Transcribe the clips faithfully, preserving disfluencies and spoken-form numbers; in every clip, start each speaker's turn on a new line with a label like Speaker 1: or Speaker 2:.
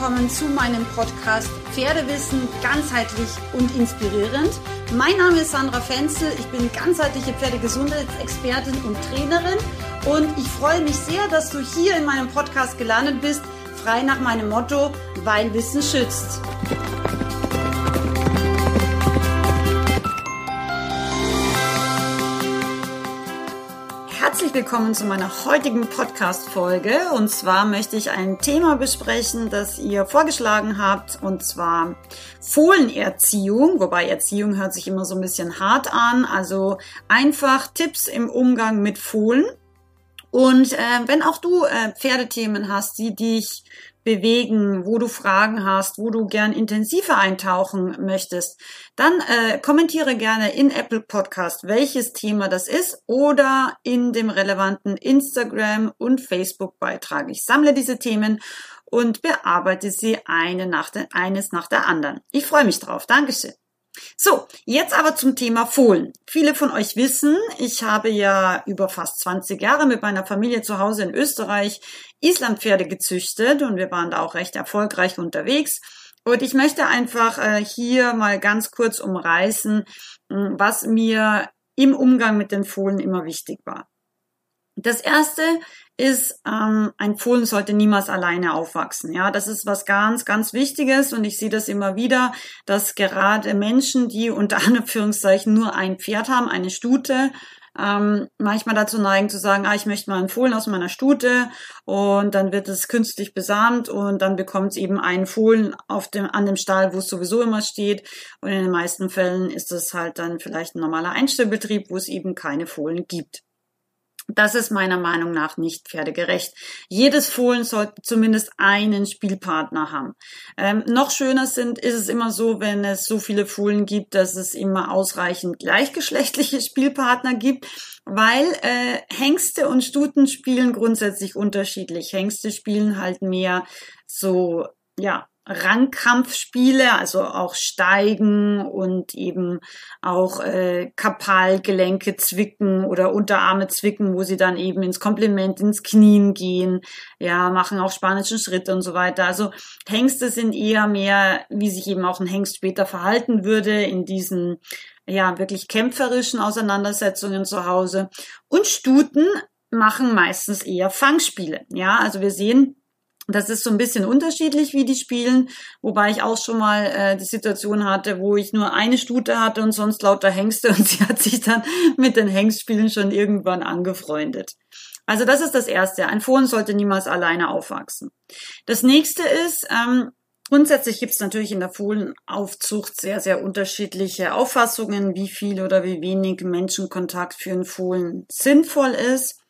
Speaker 1: willkommen zu meinem Podcast Pferdewissen ganzheitlich und inspirierend. Mein Name ist Sandra Fenzel, ich bin ganzheitliche Pferdegesundheitsexpertin und Trainerin und ich freue mich sehr, dass du hier in meinem Podcast gelandet bist, frei nach meinem Motto, weil Wissen schützt. Herzlich willkommen zu meiner heutigen Podcast-Folge und zwar möchte ich ein Thema besprechen, das ihr vorgeschlagen habt und zwar Fohlenerziehung, wobei Erziehung hört sich immer so ein bisschen hart an, also einfach Tipps im Umgang mit Fohlen. Und äh, wenn auch du äh, Pferdethemen hast, die dich bewegen, wo du Fragen hast, wo du gern intensiver eintauchen möchtest, dann äh, kommentiere gerne in Apple Podcast, welches Thema das ist oder in dem relevanten Instagram- und Facebook-Beitrag. Ich sammle diese Themen und bearbeite sie eine nach der, eines nach der anderen. Ich freue mich drauf. Dankeschön. So, jetzt aber zum Thema Fohlen. Viele von euch wissen, ich habe ja über fast zwanzig Jahre mit meiner Familie zu Hause in Österreich Islandpferde gezüchtet und wir waren da auch recht erfolgreich unterwegs. Und ich möchte einfach äh, hier mal ganz kurz umreißen, was mir im Umgang mit den Fohlen immer wichtig war. Das erste ist, ähm, ein Fohlen sollte niemals alleine aufwachsen. Ja, das ist was ganz, ganz Wichtiges und ich sehe das immer wieder, dass gerade Menschen, die unter Anführungszeichen nur ein Pferd haben, eine Stute, ähm, manchmal dazu neigen zu sagen, ah, ich möchte mal einen Fohlen aus meiner Stute und dann wird es künstlich besamt und dann bekommt es eben einen Fohlen auf dem, an dem Stall, wo es sowieso immer steht und in den meisten Fällen ist es halt dann vielleicht ein normaler Einstellbetrieb, wo es eben keine Fohlen gibt. Das ist meiner Meinung nach nicht pferdegerecht. Jedes Fohlen sollte zumindest einen Spielpartner haben. Ähm, noch schöner sind, ist es immer so, wenn es so viele Fohlen gibt, dass es immer ausreichend gleichgeschlechtliche Spielpartner gibt, weil äh, Hengste und Stuten spielen grundsätzlich unterschiedlich. Hengste spielen halt mehr so, ja, Rangkampfspiele, also auch Steigen und eben auch äh, Kapalgelenke zwicken oder Unterarme zwicken, wo sie dann eben ins Komplement, ins Knien gehen, ja, machen auch spanischen Schritt und so weiter. Also Hengste sind eher mehr, wie sich eben auch ein Hengst später verhalten würde, in diesen, ja, wirklich kämpferischen Auseinandersetzungen zu Hause. Und Stuten machen meistens eher Fangspiele, ja, also wir sehen, das ist so ein bisschen unterschiedlich, wie die spielen, wobei ich auch schon mal äh, die Situation hatte, wo ich nur eine Stute hatte und sonst lauter Hengste und sie hat sich dann mit den Hengstspielen schon irgendwann angefreundet. Also das ist das Erste. Ein Fohlen sollte niemals alleine aufwachsen. Das Nächste ist, ähm, grundsätzlich gibt es natürlich in der Fohlenaufzucht sehr, sehr unterschiedliche Auffassungen, wie viel oder wie wenig Menschenkontakt für einen Fohlen sinnvoll ist.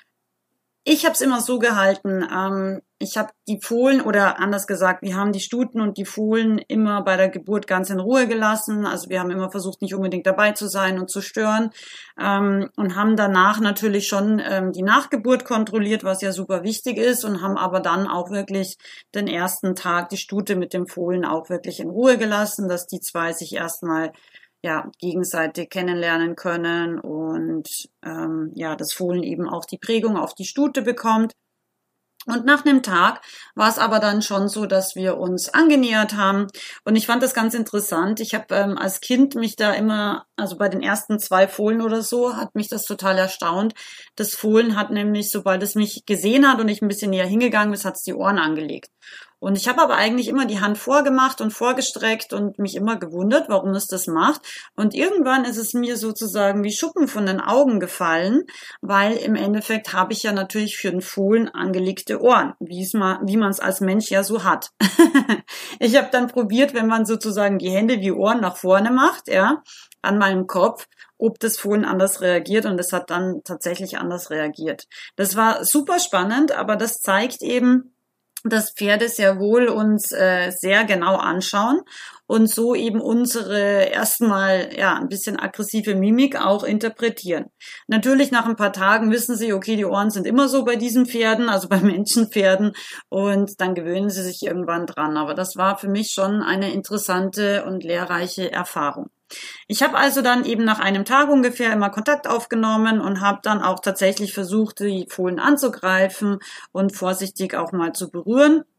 Speaker 1: Ich habe es immer so gehalten, ähm, ich habe die Fohlen oder anders gesagt, wir haben die Stuten und die Fohlen immer bei der Geburt ganz in Ruhe gelassen. Also wir haben immer versucht, nicht unbedingt dabei zu sein und zu stören ähm, und haben danach natürlich schon ähm, die Nachgeburt kontrolliert, was ja super wichtig ist und haben aber dann auch wirklich den ersten Tag die Stute mit dem Fohlen auch wirklich in Ruhe gelassen, dass die zwei sich erstmal ja gegenseitig kennenlernen können und ähm, ja das Fohlen eben auch die Prägung auf die Stute bekommt. Und nach einem Tag war es aber dann schon so, dass wir uns angenähert haben. Und ich fand das ganz interessant. Ich habe ähm, als Kind mich da immer, also bei den ersten zwei Fohlen oder so, hat mich das total erstaunt. Das Fohlen hat nämlich, sobald es mich gesehen hat und ich ein bisschen näher hingegangen bin, hat es die Ohren angelegt. Und ich habe aber eigentlich immer die Hand vorgemacht und vorgestreckt und mich immer gewundert, warum es das macht. Und irgendwann ist es mir sozusagen wie Schuppen von den Augen gefallen, weil im Endeffekt habe ich ja natürlich für den Fohlen angelegte Ohren, wie es mal, wie man es als Mensch ja so hat. Ich habe dann probiert, wenn man sozusagen die Hände wie Ohren nach vorne macht, ja, an meinem Kopf, ob das Fohlen anders reagiert und es hat dann tatsächlich anders reagiert. Das war super spannend, aber das zeigt eben, dass Pferde sehr wohl uns äh, sehr genau anschauen und so eben unsere erstmal ja ein bisschen aggressive Mimik auch interpretieren. Natürlich nach ein paar Tagen wissen sie, okay, die Ohren sind immer so bei diesen Pferden, also bei Menschenpferden und dann gewöhnen sie sich irgendwann dran. Aber das war für mich schon eine interessante und lehrreiche Erfahrung. Ich habe also dann eben nach einem Tag ungefähr immer Kontakt aufgenommen und habe dann auch tatsächlich versucht, die Fohlen anzugreifen und vorsichtig auch mal zu berühren.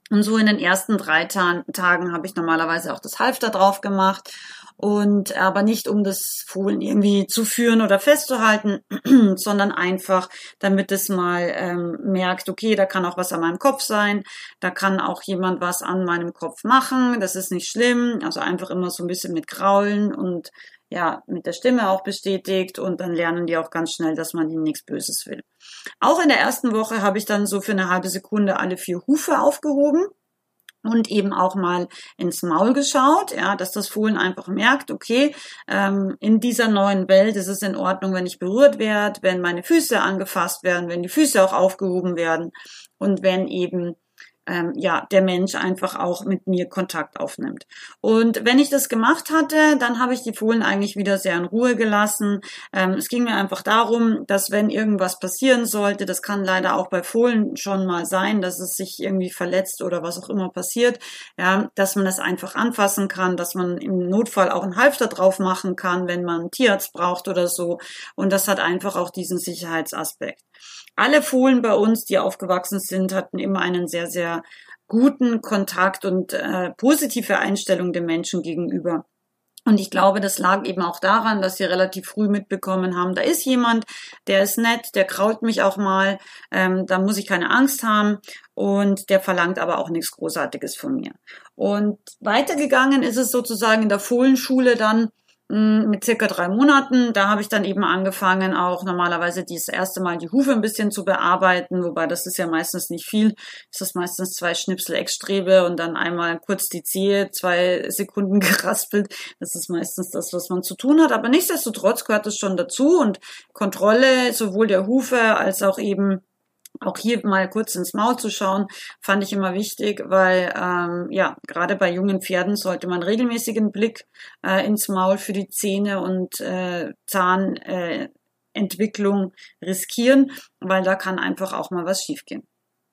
Speaker 1: Und so in den ersten drei Ta- Tagen habe ich normalerweise auch das Halfter drauf gemacht. Und aber nicht, um das Fohlen irgendwie zu führen oder festzuhalten, sondern einfach, damit es mal ähm, merkt, okay, da kann auch was an meinem Kopf sein, da kann auch jemand was an meinem Kopf machen, das ist nicht schlimm. Also einfach immer so ein bisschen mit Kraulen und ja, mit der Stimme auch bestätigt, und dann lernen die auch ganz schnell, dass man ihnen nichts Böses will. Auch in der ersten Woche habe ich dann so für eine halbe Sekunde alle vier Hufe aufgehoben und eben auch mal ins Maul geschaut, ja, dass das Fohlen einfach merkt, okay, ähm, in dieser neuen Welt ist es in Ordnung, wenn ich berührt werde, wenn meine Füße angefasst werden, wenn die Füße auch aufgehoben werden und wenn eben ähm, ja, der Mensch einfach auch mit mir Kontakt aufnimmt. Und wenn ich das gemacht hatte, dann habe ich die Fohlen eigentlich wieder sehr in Ruhe gelassen. Ähm, es ging mir einfach darum, dass wenn irgendwas passieren sollte, das kann leider auch bei Fohlen schon mal sein, dass es sich irgendwie verletzt oder was auch immer passiert, ja, dass man das einfach anfassen kann, dass man im Notfall auch einen Halfter drauf machen kann, wenn man einen Tierarzt braucht oder so. Und das hat einfach auch diesen Sicherheitsaspekt. Alle Fohlen bei uns, die aufgewachsen sind, hatten immer einen sehr, sehr guten Kontakt und äh, positive Einstellung dem Menschen gegenüber. Und ich glaube, das lag eben auch daran, dass sie relativ früh mitbekommen haben, da ist jemand, der ist nett, der krault mich auch mal, ähm, da muss ich keine Angst haben, und der verlangt aber auch nichts Großartiges von mir. Und weitergegangen ist es sozusagen in der Fohlenschule dann mit circa drei Monaten. Da habe ich dann eben angefangen, auch normalerweise das erste Mal die Hufe ein bisschen zu bearbeiten, wobei das ist ja meistens nicht viel. Es ist meistens zwei Schnipsel Eckstrebe und dann einmal kurz die Zehe, zwei Sekunden geraspelt. Das ist meistens das, was man zu tun hat. Aber nichtsdestotrotz gehört es schon dazu, und Kontrolle sowohl der Hufe als auch eben auch hier mal kurz ins Maul zu schauen, fand ich immer wichtig, weil ähm, ja, gerade bei jungen Pferden sollte man regelmäßigen Blick äh, ins Maul für die Zähne und äh, Zahnentwicklung äh, riskieren, weil da kann einfach auch mal was schiefgehen.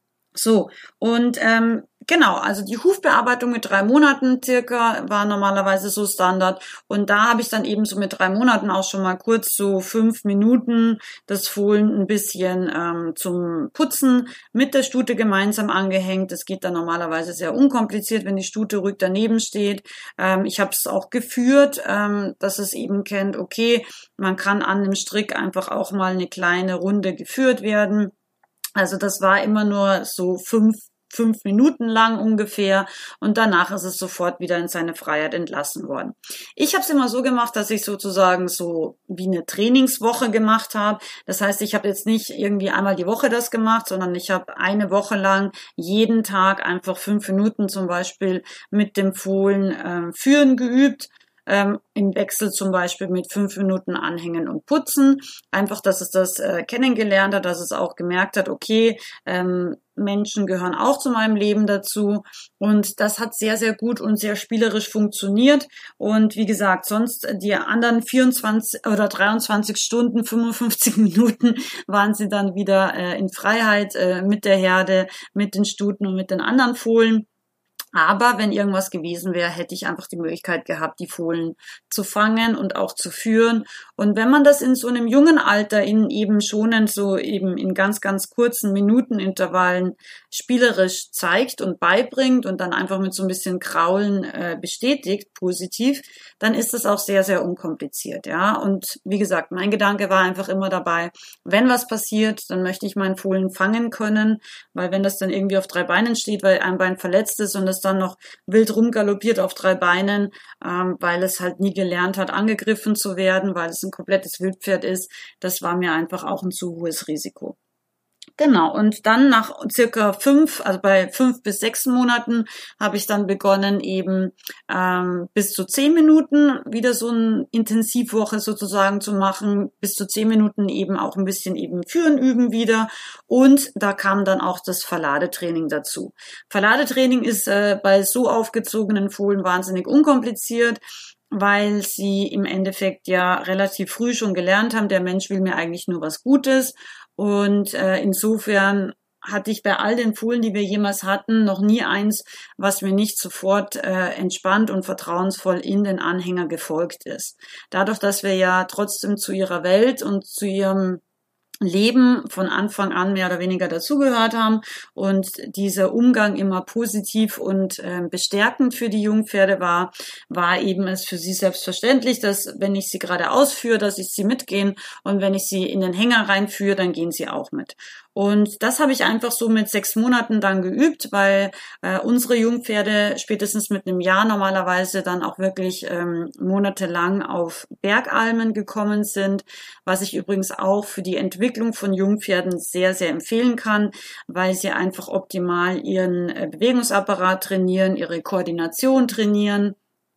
Speaker 1: So, und ähm, genau, also die Hufbearbeitung mit drei Monaten circa war normalerweise so Standard, und da habe ich dann eben so mit drei Monaten auch schon mal kurz so fünf Minuten das Fohlen ein bisschen ähm, zum Putzen mit der Stute gemeinsam angehängt. Das geht dann normalerweise sehr unkompliziert, wenn die Stute ruhig daneben steht. Ähm, ich habe es auch geführt, ähm, dass es eben kennt, okay, man kann an dem Strick einfach auch mal eine kleine Runde geführt werden. Also das war immer nur so fünf, fünf Minuten lang ungefähr, und danach ist es sofort wieder in seine Freiheit entlassen worden. Ich habe es immer so gemacht, dass ich sozusagen so wie eine Trainingswoche gemacht habe. Das heißt, ich habe jetzt nicht irgendwie einmal die Woche das gemacht, sondern ich habe eine Woche lang jeden Tag einfach fünf Minuten zum Beispiel mit dem Fohlen äh, führen geübt. Ähm, im Wechsel zum Beispiel mit fünf Minuten Anhängen und Putzen. Einfach, dass es das äh, kennengelernt hat, dass es auch gemerkt hat, okay, ähm, Menschen gehören auch zu meinem Leben dazu. Und das hat sehr, sehr gut und sehr spielerisch funktioniert. Und wie gesagt, sonst die anderen vierundzwanzig oder dreiundzwanzig Stunden, fünfundfünfzig Minuten waren sie dann wieder äh, in Freiheit äh, mit der Herde, mit den Stuten und mit den anderen Fohlen. Aber wenn irgendwas gewesen wäre, hätte ich einfach die Möglichkeit gehabt, die Fohlen zu fangen und auch zu führen. Und wenn man das in so einem jungen Alter in eben schonend so eben in ganz, ganz kurzen Minutenintervallen spielerisch zeigt und beibringt und dann einfach mit so ein bisschen Kraulen äh, bestätigt, positiv, dann ist das auch sehr, sehr unkompliziert, ja. Und wie gesagt, mein Gedanke war einfach immer dabei, wenn was passiert, dann möchte ich meinen Fohlen fangen können, weil wenn das dann irgendwie auf drei Beinen steht, weil ein Bein verletzt ist und es dann noch wild rumgaloppiert auf drei Beinen, ähm, weil es halt nie gelernt hat, angegriffen zu werden, weil es ein komplettes Wildpferd ist, das war mir einfach auch ein zu hohes Risiko. Genau, und dann nach circa fünf, also bei fünf bis sechs Monaten habe ich dann begonnen, eben ähm, bis zu zehn Minuten wieder so eine Intensivwoche sozusagen zu machen, bis zu zehn Minuten eben auch ein bisschen eben führen üben wieder, und da kam dann auch das Verladetraining dazu. Verladetraining ist äh, bei so aufgezogenen Fohlen wahnsinnig unkompliziert, weil sie im Endeffekt ja relativ früh schon gelernt haben, der Mensch will mir eigentlich nur was Gutes. Und äh, insofern hatte ich bei all den Fohlen, die wir jemals hatten, noch nie eins, was mir nicht sofort äh, entspannt und vertrauensvoll in den Anhänger gefolgt ist. Dadurch, dass wir ja trotzdem zu ihrer Welt und zu ihrem Leben von Anfang an mehr oder weniger dazugehört haben und dieser Umgang immer positiv und äh, bestärkend für die Jungpferde war, war eben es für sie selbstverständlich, dass wenn ich sie gerade ausführe, dass ich sie mitgehen und wenn ich sie in den Hänger reinführe, dann gehen sie auch mit. Und das habe ich einfach so mit sechs Monaten dann geübt, weil äh, unsere Jungpferde spätestens mit einem Jahr normalerweise dann auch wirklich ähm, monatelang auf Bergalmen gekommen sind, was ich übrigens auch für die Entwicklung von Jungpferden sehr, sehr empfehlen kann, weil sie einfach optimal ihren äh, Bewegungsapparat trainieren, ihre Koordination trainieren,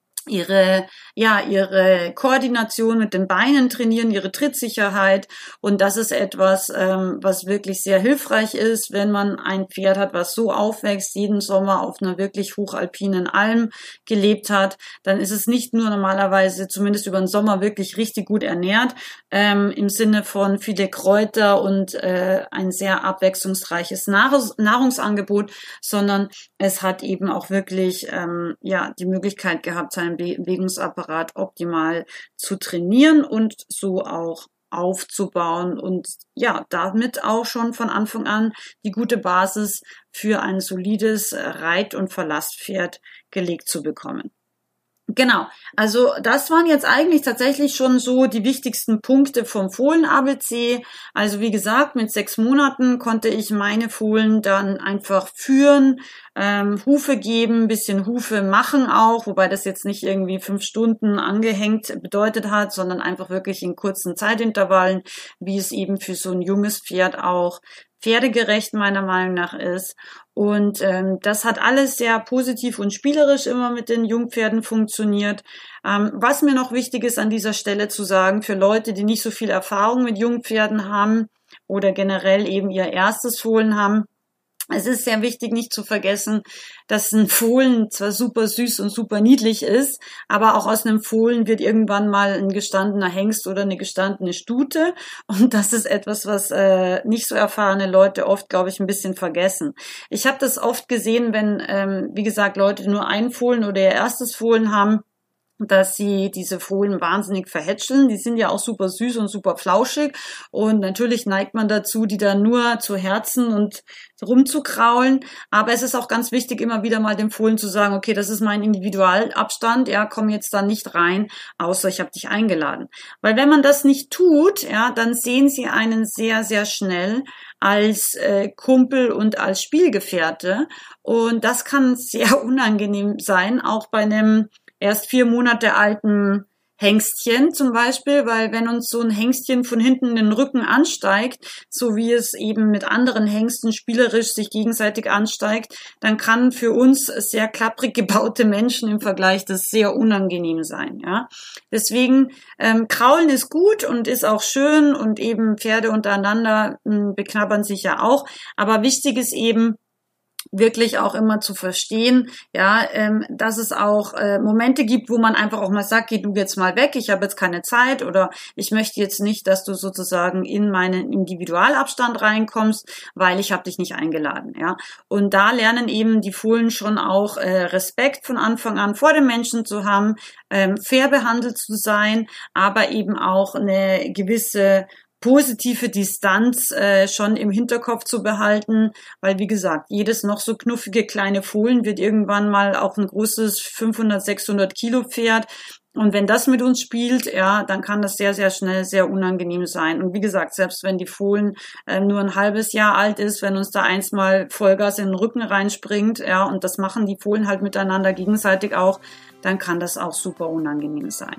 Speaker 1: ihre, ja, ihre Koordination mit den Beinen trainieren, ihre Trittsicherheit. Und das ist etwas, ähm, was wirklich sehr hilfreich ist, wenn man ein Pferd hat, was so aufwächst, jeden Sommer auf einer wirklich hochalpinen Alm gelebt hat. Dann ist es nicht nur normalerweise, zumindest über den Sommer, wirklich richtig gut ernährt, ähm, im Sinne von viele Kräuter und äh, ein sehr abwechslungsreiches Nahrungs- Nahrungsangebot, sondern es hat eben auch wirklich, ähm, ja, die Möglichkeit gehabt, seinen Bewegungsapparat optimal zu trainieren und so auch aufzubauen und ja, damit auch schon von Anfang an die gute Basis für ein solides Reit- und Verlasspferd gelegt zu bekommen. Genau, also das waren jetzt eigentlich tatsächlich schon so die wichtigsten Punkte vom Fohlen-A B C. Also wie gesagt, mit sechs Monaten konnte ich meine Fohlen dann einfach führen, ähm, Hufe geben, bisschen Hufe machen auch, wobei das jetzt nicht irgendwie fünf Stunden angehängt bedeutet hat, sondern einfach wirklich in kurzen Zeitintervallen, wie es eben für so ein junges Pferd auch pferdegerecht meiner Meinung nach ist. Und ähm, das hat alles sehr positiv und spielerisch immer mit den Jungpferden funktioniert. Ähm, was mir noch wichtig ist an dieser Stelle zu sagen, für Leute, die nicht so viel Erfahrung mit Jungpferden haben oder generell eben ihr erstes Fohlen haben, es ist sehr wichtig, nicht zu vergessen, dass ein Fohlen zwar super süß und super niedlich ist, aber auch aus einem Fohlen wird irgendwann mal ein gestandener Hengst oder eine gestandene Stute. Und das ist etwas, was äh, nicht so erfahrene Leute oft, glaube ich, ein bisschen vergessen. Ich habe das oft gesehen, wenn, ähm, wie gesagt, Leute nur ein Fohlen oder ihr erstes Fohlen haben, dass sie diese Fohlen wahnsinnig verhätscheln. Die sind ja auch super süß und super flauschig und natürlich neigt man dazu, die dann nur zu herzen und rumzukraulen. Aber es ist auch ganz wichtig, immer wieder mal dem Fohlen zu sagen, okay, das ist mein Individualabstand, ja, komm jetzt da nicht rein, außer ich habe dich eingeladen. Weil wenn man das nicht tut, ja, dann sehen sie einen sehr, sehr schnell als äh, Kumpel und als Spielgefährte und das kann sehr unangenehm sein, auch bei einem erst vier Monate alten Hengstchen zum Beispiel, weil wenn uns so ein Hengstchen von hinten den Rücken ansteigt, so wie es eben mit anderen Hengsten spielerisch sich gegenseitig ansteigt, dann kann für uns sehr klapprig gebaute Menschen im Vergleich das sehr unangenehm sein. Ja, deswegen ähm, Kraulen ist gut und ist auch schön und eben Pferde untereinander mh, beknabbern sich ja auch, aber wichtig ist eben, wirklich auch immer zu verstehen, ja, ähm, dass es auch äh, Momente gibt, wo man einfach auch mal sagt, geh du jetzt mal weg, ich habe jetzt keine Zeit oder ich möchte jetzt nicht, dass du sozusagen in meinen Individualabstand reinkommst, weil ich habe dich nicht eingeladen, ja. Und da lernen eben die Fohlen schon auch äh, Respekt von Anfang an vor den Menschen zu haben, ähm, fair behandelt zu sein, aber eben auch eine gewisse positive Distanz äh, schon im Hinterkopf zu behalten, weil wie gesagt, jedes noch so knuffige kleine Fohlen wird irgendwann mal auch ein großes fünfhundert, sechshundert Kilo Pferd und wenn das mit uns spielt, ja, dann kann das sehr, sehr schnell sehr unangenehm sein und wie gesagt, selbst wenn die Fohlen äh, nur ein halbes Jahr alt ist, wenn uns da eins mal Vollgas in den Rücken reinspringt, ja, und das machen die Fohlen halt miteinander gegenseitig auch, dann kann das auch super unangenehm sein.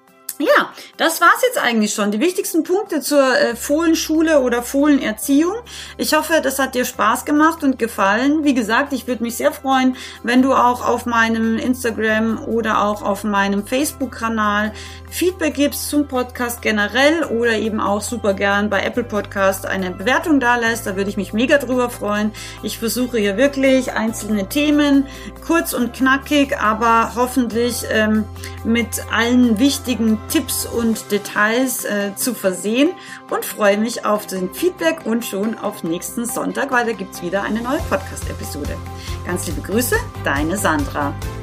Speaker 1: Ja, das war's jetzt eigentlich schon. Die wichtigsten Punkte zur äh, Fohlenschule oder Fohlenerziehung. Ich hoffe, das hat dir Spaß gemacht und gefallen. Wie gesagt, ich würde mich sehr freuen, wenn du auch auf meinem Instagram oder auch auf meinem Facebook-Kanal Feedback gibst zum Podcast generell oder eben auch super gern bei Apple Podcast eine Bewertung da lässt. Da würde ich mich mega drüber freuen. Ich versuche hier wirklich einzelne Themen kurz und knackig, aber hoffentlich ähm, mit allen wichtigen Tipps und Details äh, zu versehen und freue mich auf den Feedback und schon auf nächsten Sonntag, weil da gibt's wieder eine neue Podcast-Episode. Ganz liebe Grüße, deine Sandra.